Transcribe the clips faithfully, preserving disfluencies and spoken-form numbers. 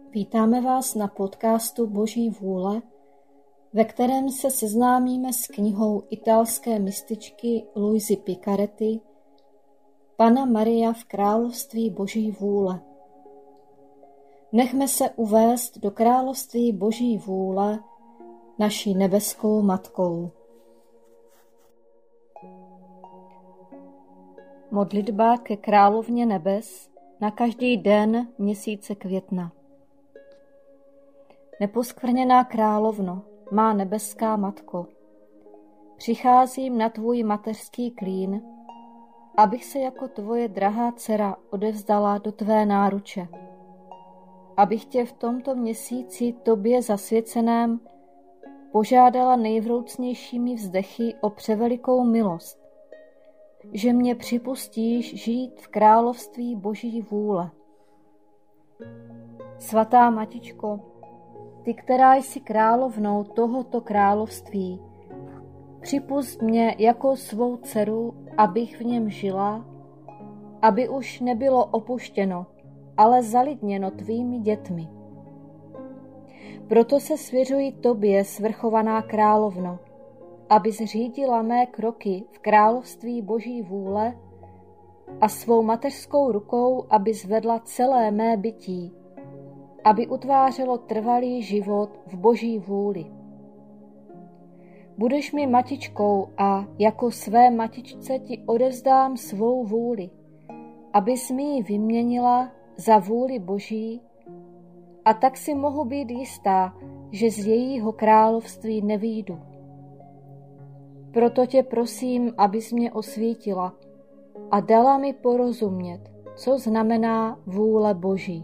Vítáme vás na podcastu Boží vůle, ve kterém se seznámíme s knihou italské mističky Luisy Picaretti Panna Maria v království Boží vůle. Nechme se uvést do království Boží vůle naší nebeskou matkou. Modlitba ke královně nebes na každý den měsíce května. Neposkvrněná královno, má nebeská matko, přicházím na tvůj mateřský klín, abych se jako tvoje drahá dcera odevzdala do tvé náruče, abych tě v tomto měsíci tobě zasvěceném požádala nejvroucnějšími vzdechy o převelikou milost, že mě připustíš žít v království Boží vůle. Svatá Matičko, ty, která jsi královnou tohoto království, připusť mě jako svou dceru, abych v něm žila, aby už nebylo opuštěno, ale zalidněno tvými dětmi. Proto se svěřuji tobě, svrchovaná královno, aby zřídila mé kroky v království Boží vůle a svou mateřskou rukou, aby zvedla celé mé bytí, aby utvářelo trvalý život v Boží vůli. Budeš mi matičkou a jako své matičce ti odevzdám svou vůli, abys mi ji vyměnila za vůli Boží, a tak si mohu být jistá, že z jejího království nevyjdu. Proto tě prosím, abys mě osvítila a dala mi porozumět, co znamená vůle Boží.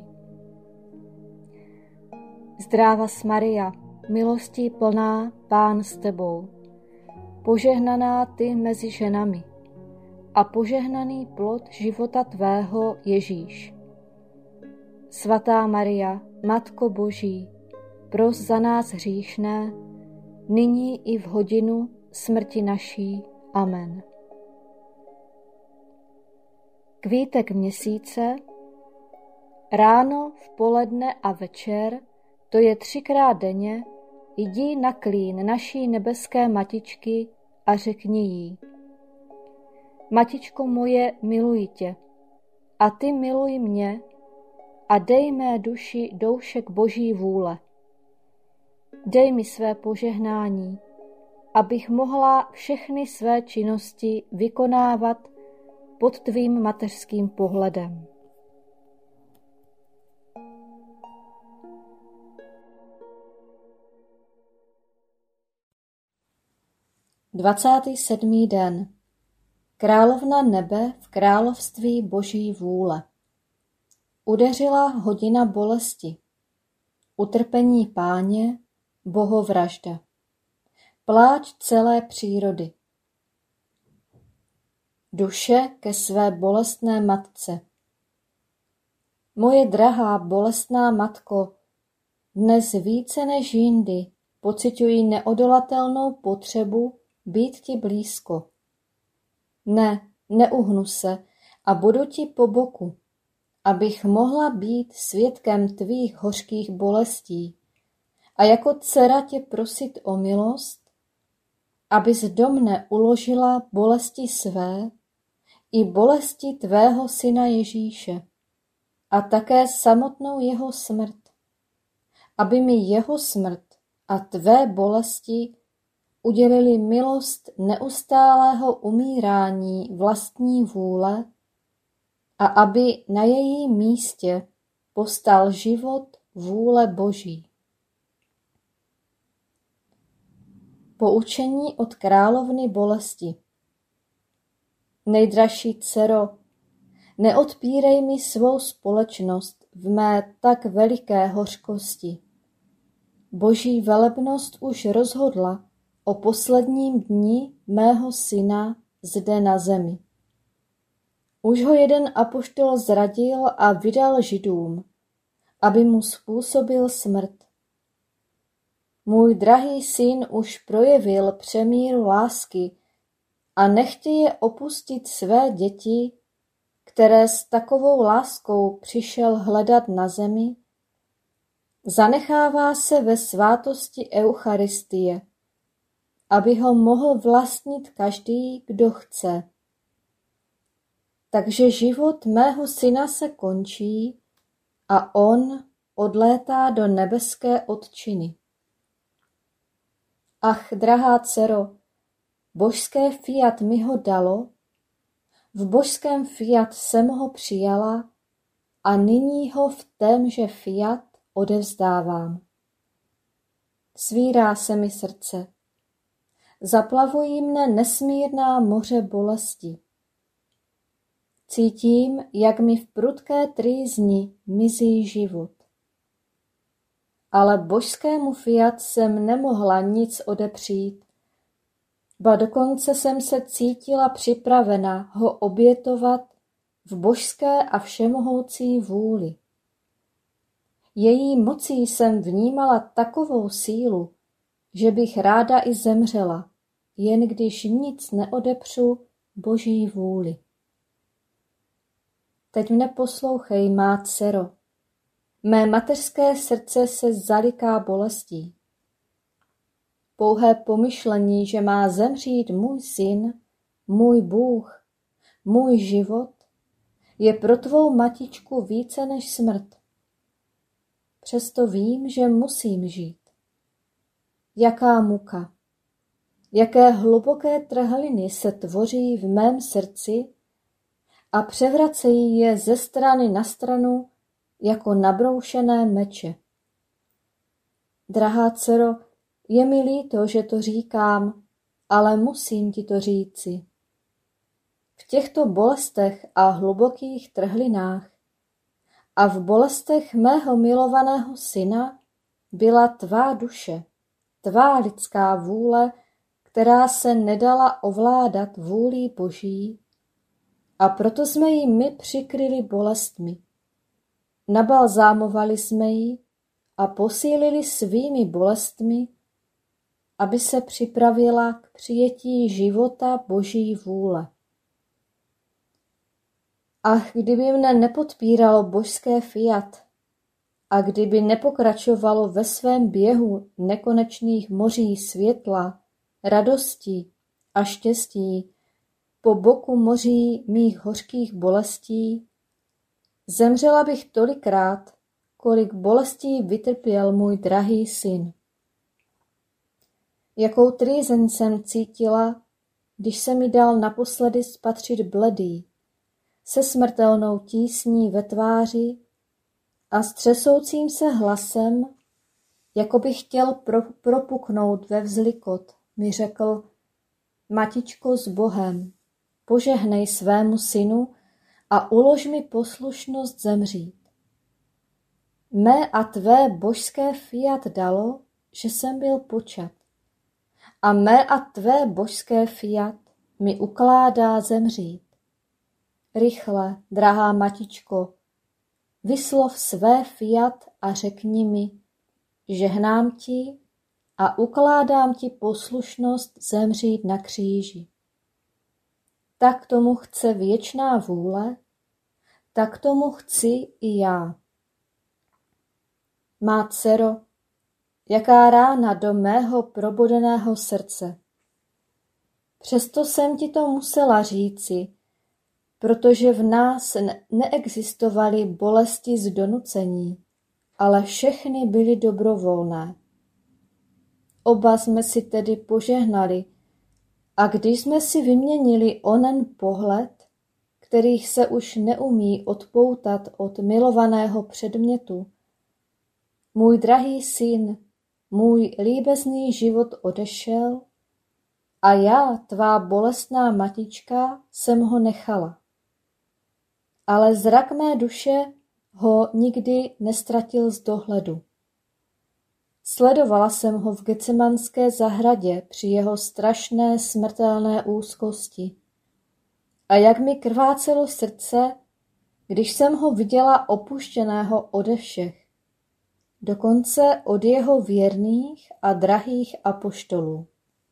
Zdrávas Maria, milostí plná, Pán s tebou, požehnaná ty mezi ženami a požehnaný plod života tvého Ježíš. Svatá Maria, Matko Boží, pros za nás hříšné, nyní i v hodinu smrti naší. Amen. Kvítek měsíce, ráno, v poledne a večer, to je třikrát denně, jdi na klín naší nebeské matičky a řekni jí: Matičko moje, miluji tě, a ty miluj mě, a dej mé duši doušek Boží vůle. Dej mi své požehnání, abych mohla všechny své činnosti vykonávat pod tvým mateřským pohledem. Dvacátý sedmý den. Královna nebe v království Boží vůle. Udeřila hodina bolesti. Utrpení Páně, bohovražda. Pláč celé přírody. Duše ke své bolestné matce. Moje drahá bolestná matko, dnes více než jindy pociťuji neodolatelnou potřebu být ti blízko. Ne, neuhnu se a budu ti po boku, abych mohla být svědkem tvých hořkých bolestí a jako dcera tě prosit o milost, abys do mne uložila bolesti své i bolesti tvého syna Ježíše a také samotnou jeho smrt, aby mi jeho smrt a tvé bolesti udělili milost neustálého umírání vlastní vůle a aby na jejím místě postal život vůle Boží. Poučení od královny bolesti. Nejdražší dcero, neodpírej mi svou společnost v mé tak veliké hořkosti. Boží velebnost už rozhodla o posledním dni mého syna zde na zemi. Už ho jeden apoštol zradil a vydal Židům, aby mu způsobil smrt. Můj drahý syn už projevil přemíru lásky a nechtěje opustit své děti, které s takovou láskou přišel hledat na zemi, Zanechává se ve svátosti Eucharistie, aby ho mohl vlastnit každý, kdo chce. Takže život mého syna se končí a on odlétá do nebeské otčiny. Ach, drahá dcero, božské fiat mi ho dalo, v božském fiat jsem ho přijala a nyní ho v témže fiat odevzdávám. Svírá se mi srdce. Zaplavují mne nesmírná moře bolesti. Cítím, jak mi v prudké trýzni mizí život. Ale božskému fiat jsem nemohla nic odepřít, ba dokonce jsem se cítila připravena ho obětovat v božské a všemohoucí vůli. Její mocí jsem vnímala takovou sílu, že bych ráda i zemřela, jen když nic neodepřu boží vůli. Teď mne poslouchej, má dcero. Mé mateřské srdce se zaliká bolestí. Pouhé pomyšlení, že má zemřít můj syn, můj Bůh, můj život, je pro tvou matičku více než smrt. Přesto vím, že musím žít. Jaká muka, jaké hluboké trhliny se tvoří v mém srdci a převracejí je ze strany na stranu jako nabroušené meče. Drahá dcero, je mi líto, že to říkám, ale musím ti to říci. V těchto bolestech a hlubokých trhlinách a v bolestech mého milovaného syna byla tvá duše, tvá lidská vůle, která se nedala ovládat vůlí Boží, a proto jsme ji my přikryli bolestmi. Nabalzámovali jsme ji a posílili svými bolestmi, aby se připravila k přijetí života Boží vůle. Ach, kdyby mne nepodpíralo božské fiat a kdyby nepokračovalo ve svém běhu nekonečných moří světla, radosti a štěstí po boku moří mých hořkých bolestí, zemřela bych tolikrát, kolik bolestí vytrpěl můj drahý syn. Jakou trýzeň jsem cítila, když se mi dal naposledy spatřit bledý, se smrtelnou tísní ve tváři a s třesoucím se hlasem, jako by chtěl pro, propuknout ve vzlikot, mi řekl: Matičko, s Bohem, požehnej svému synu a ulož mi poslušnost zemřít. Mé a tvé božské fiat dalo, že jsem byl počat. A mé a tvé božské fiat mi ukládá zemřít. Rychle, drahá matičko, vyslov své fiat a řekni mi, žehnám ti a ukládám ti poslušnost zemřít na kříži. Tak tomu chce věčná vůle, tak tomu chci i já. Má dcero, jaká rána do mého probudeného srdce. Přesto jsem ti to musela říci, protože v nás neexistovaly bolesti z donucení, ale všechny byly dobrovolné. Oba jsme si tedy požehnali, a když jsme si vyměnili onen pohled, kterých se už neumí odpoutat od milovaného předmětu, můj drahý syn, můj líbezný život odešel a já, tvá bolestná matička, jsem ho nechala. Ale zrak mé duše ho nikdy nestratil z dohledu. Sledovala jsem ho v Getsemanské zahradě při jeho strašné smrtelné úzkosti. A jak mi krvácelo srdce, když jsem ho viděla opuštěného ode všech, dokonce od jeho věrných a drahých apoštolů.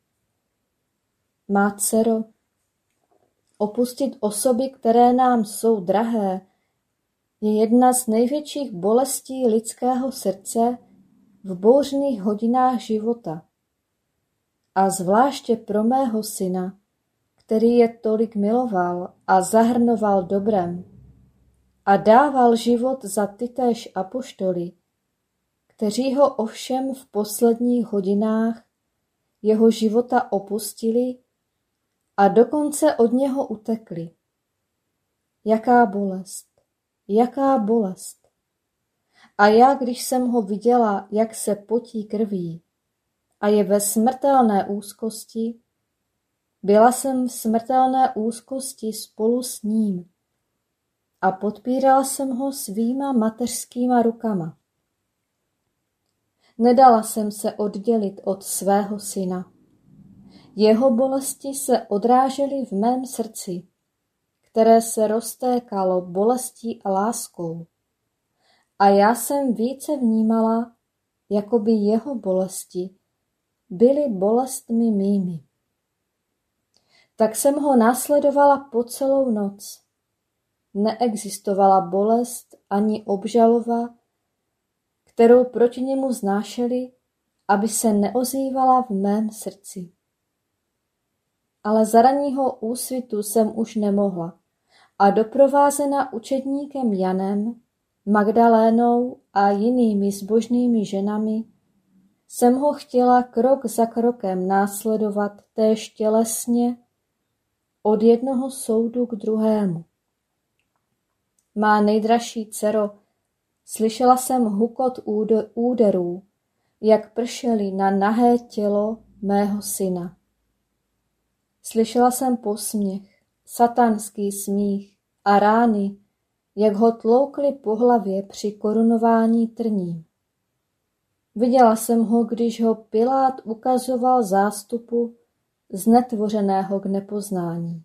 Má dcero, opustit osoby, které nám jsou drahé, je jedna z největších bolestí lidského srdce v bouřných hodinách života. A zvláště pro mého syna, který je tolik miloval a zahrnoval dobrem a dával život za tytéž apoštoly, kteří ho ovšem v posledních hodinách jeho života opustili a dokonce od něho utekli. Jaká bolest, jaká bolest. A já, když jsem ho viděla, jak se potí krví a je ve smrtelné úzkosti, byla jsem v smrtelné úzkosti spolu s ním a podpírala jsem ho svýma mateřskýma rukama. Nedala jsem se oddělit od svého syna. Jeho bolesti se odrážely v mém srdci, které se roztékalo bolestí a láskou. A já jsem více vnímala, jako by jeho bolesti byly bolestmi mými. Tak jsem ho následovala po celou noc. Neexistovala bolest ani obžalova, kterou proti němu vznášeli, aby se neozývala v mém srdci. Ale za ranního úsvitu jsem už nemohla a doprovázena učedníkem Janem, Magdalénou a jinými zbožnými ženami jsem ho chtěla krok za krokem následovat též tělesně od jednoho soudu k druhému. Má nejdražší dcero, slyšela jsem hukot úderů, jak pršely na nahé tělo mého syna. Slyšela jsem posměch, satanský smích a rány, jak ho tloukli po hlavě při korunování trní. Viděla jsem ho, když ho Pilát ukazoval zástupu znetvořeného k nepoznání.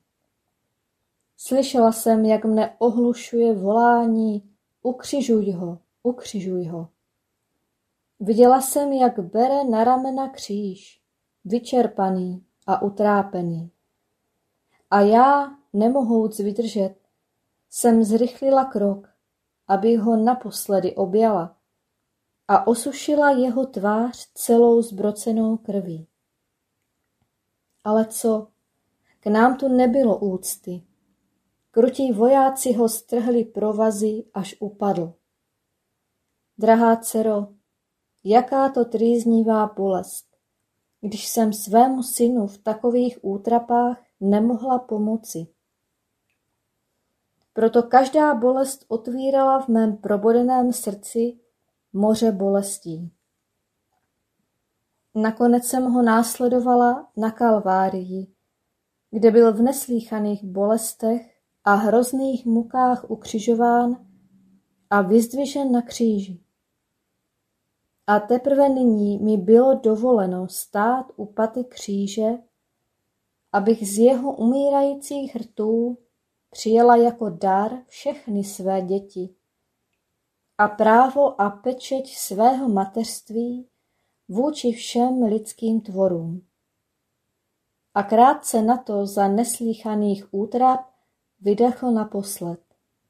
Slyšela jsem, jak mne ohlušuje volání: ukřižuj ho, ukřižuj ho. Viděla jsem, jak bere na ramena kříž, vyčerpaný a utrápený. A já, nemohouc vydržet, jsem zrychlila krok, abych ho naposledy objala a osušila jeho tvář celou zbrocenou krví. Ale co? K nám tu nebylo úcty. Krutí vojáci ho strhli provazy, až upadl. Drahá dcero, jaká to trýznivá bolest, když jsem svému synu v takových útrapách nemohla pomoci. Proto každá bolest otvírala v mém probodeném srdci moře bolestí. Nakonec jsem ho následovala na Kalvárii, kde byl v neslýchaných bolestech a hrozných mukách ukřižován a vyzdvižen na kříži. A teprve nyní mi bylo dovoleno stát u paty kříže, abych z jeho umírajících rtů přijela jako dar všechny své děti a právo a pečeť svého mateřství vůči všem lidským tvorům. A krátce na to za neslýchaných útrap vydechl naposled.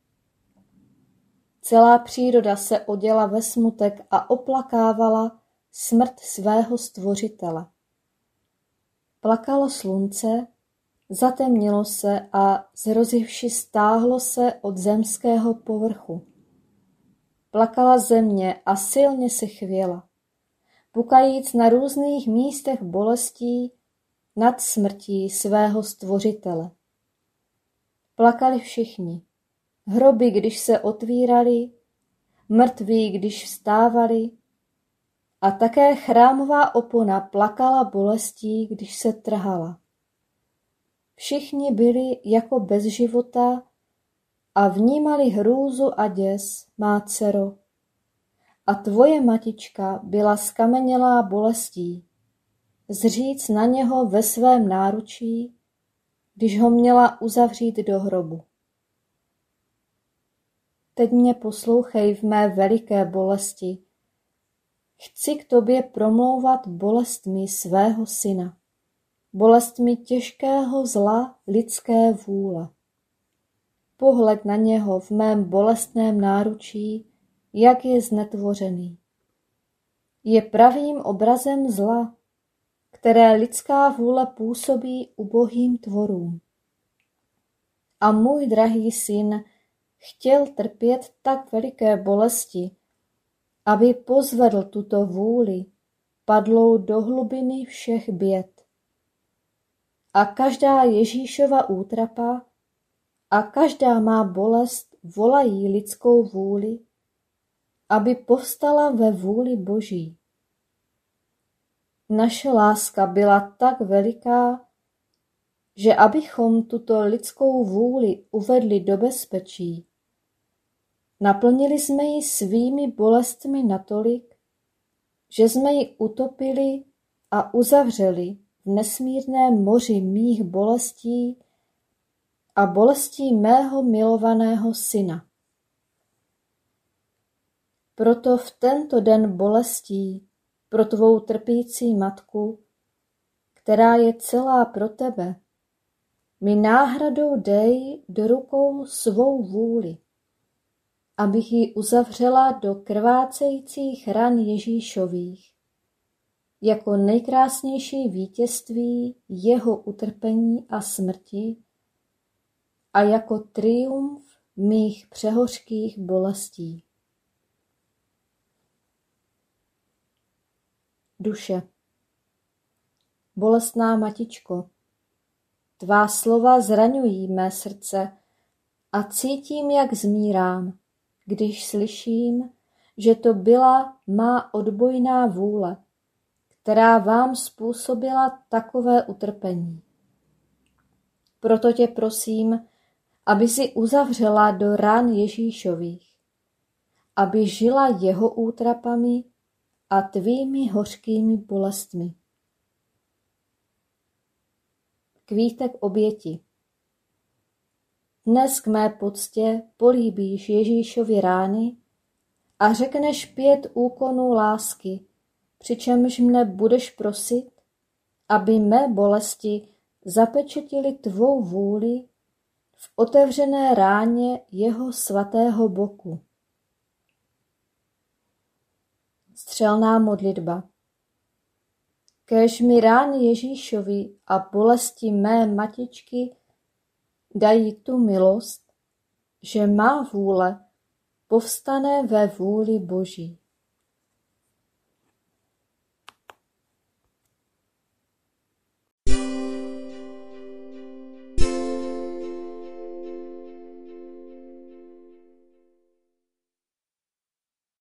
Celá příroda se oděla ve smutek a oplakávala smrt svého stvořitele. Plakalo slunce, zatemnilo se a zrozivši stáhlo se od zemského povrchu. Plakala země a silně se chvěla, pukajíc na různých místech bolestí nad smrtí svého stvořitele. Plakali všichni, hroby, když se otvírali, mrtví, když vstávali, a také chrámová opona plakala bolestí, když se trhala. Všichni byli jako bez života a vnímali hrůzu a děs, má dcero. A tvoje matička byla skamenělá bolestí, zříc na něho ve svém náručí, když ho měla uzavřít do hrobu. Teď mě poslouchej v mé veliké bolesti. Chci k tobě promlouvat bolestmi svého syna, bolestmi těžkého zla lidské vůle. pohled na něho v mém bolestném náručí, jak je znetvořený. Je pravým obrazem zla, které lidská vůle působí ubohým tvorům. A můj drahý syn chtěl trpět tak veliké bolesti, aby pozvedl tuto vůli, padlou do hlubiny všech běd. A každá Ježíšova útrapa a každá má bolest volají lidskou vůli, aby povstala ve vůli Boží. Naše láska byla tak veliká, že abychom tuto lidskou vůli uvedli do bezpečí, naplnili jsme ji svými bolestmi natolik, že jsme ji utopili a uzavřeli v nesmírném moři mých bolestí a bolestí mého milovaného syna. Proto v tento den bolestí pro tvou trpící matku, která je celá pro tebe, mi náhradou dej do rukou svou vůli, abych ji uzavřela do krvácejících ran Ježíšových, jako nejkrásnější vítězství jeho utrpení a smrti a jako triumf mých přehořkých bolestí. Duše, bolestná matičko, tvá slova zraňují mé srdce a cítím, jak zmírám, když slyším, že to byla má odbojná vůle, která vám způsobila takové utrpení. Proto tě prosím, aby si uzavřela do rán Ježíšových, aby žila jeho útrapami a tvými hořkými bolestmi. Kvítek oběti. Dnes k mé poctě políbíš Ježíšovi rány a řekneš pět úkonů lásky, přičemž mne budeš prosit, aby mé bolesti zapečetily tvou vůli v otevřené ráně jeho svatého boku. Střelná modlitba. Kéž mi rány Ježíšovi a bolesti mé matičky dají tu milost, že má vůle povstane ve vůli Boží.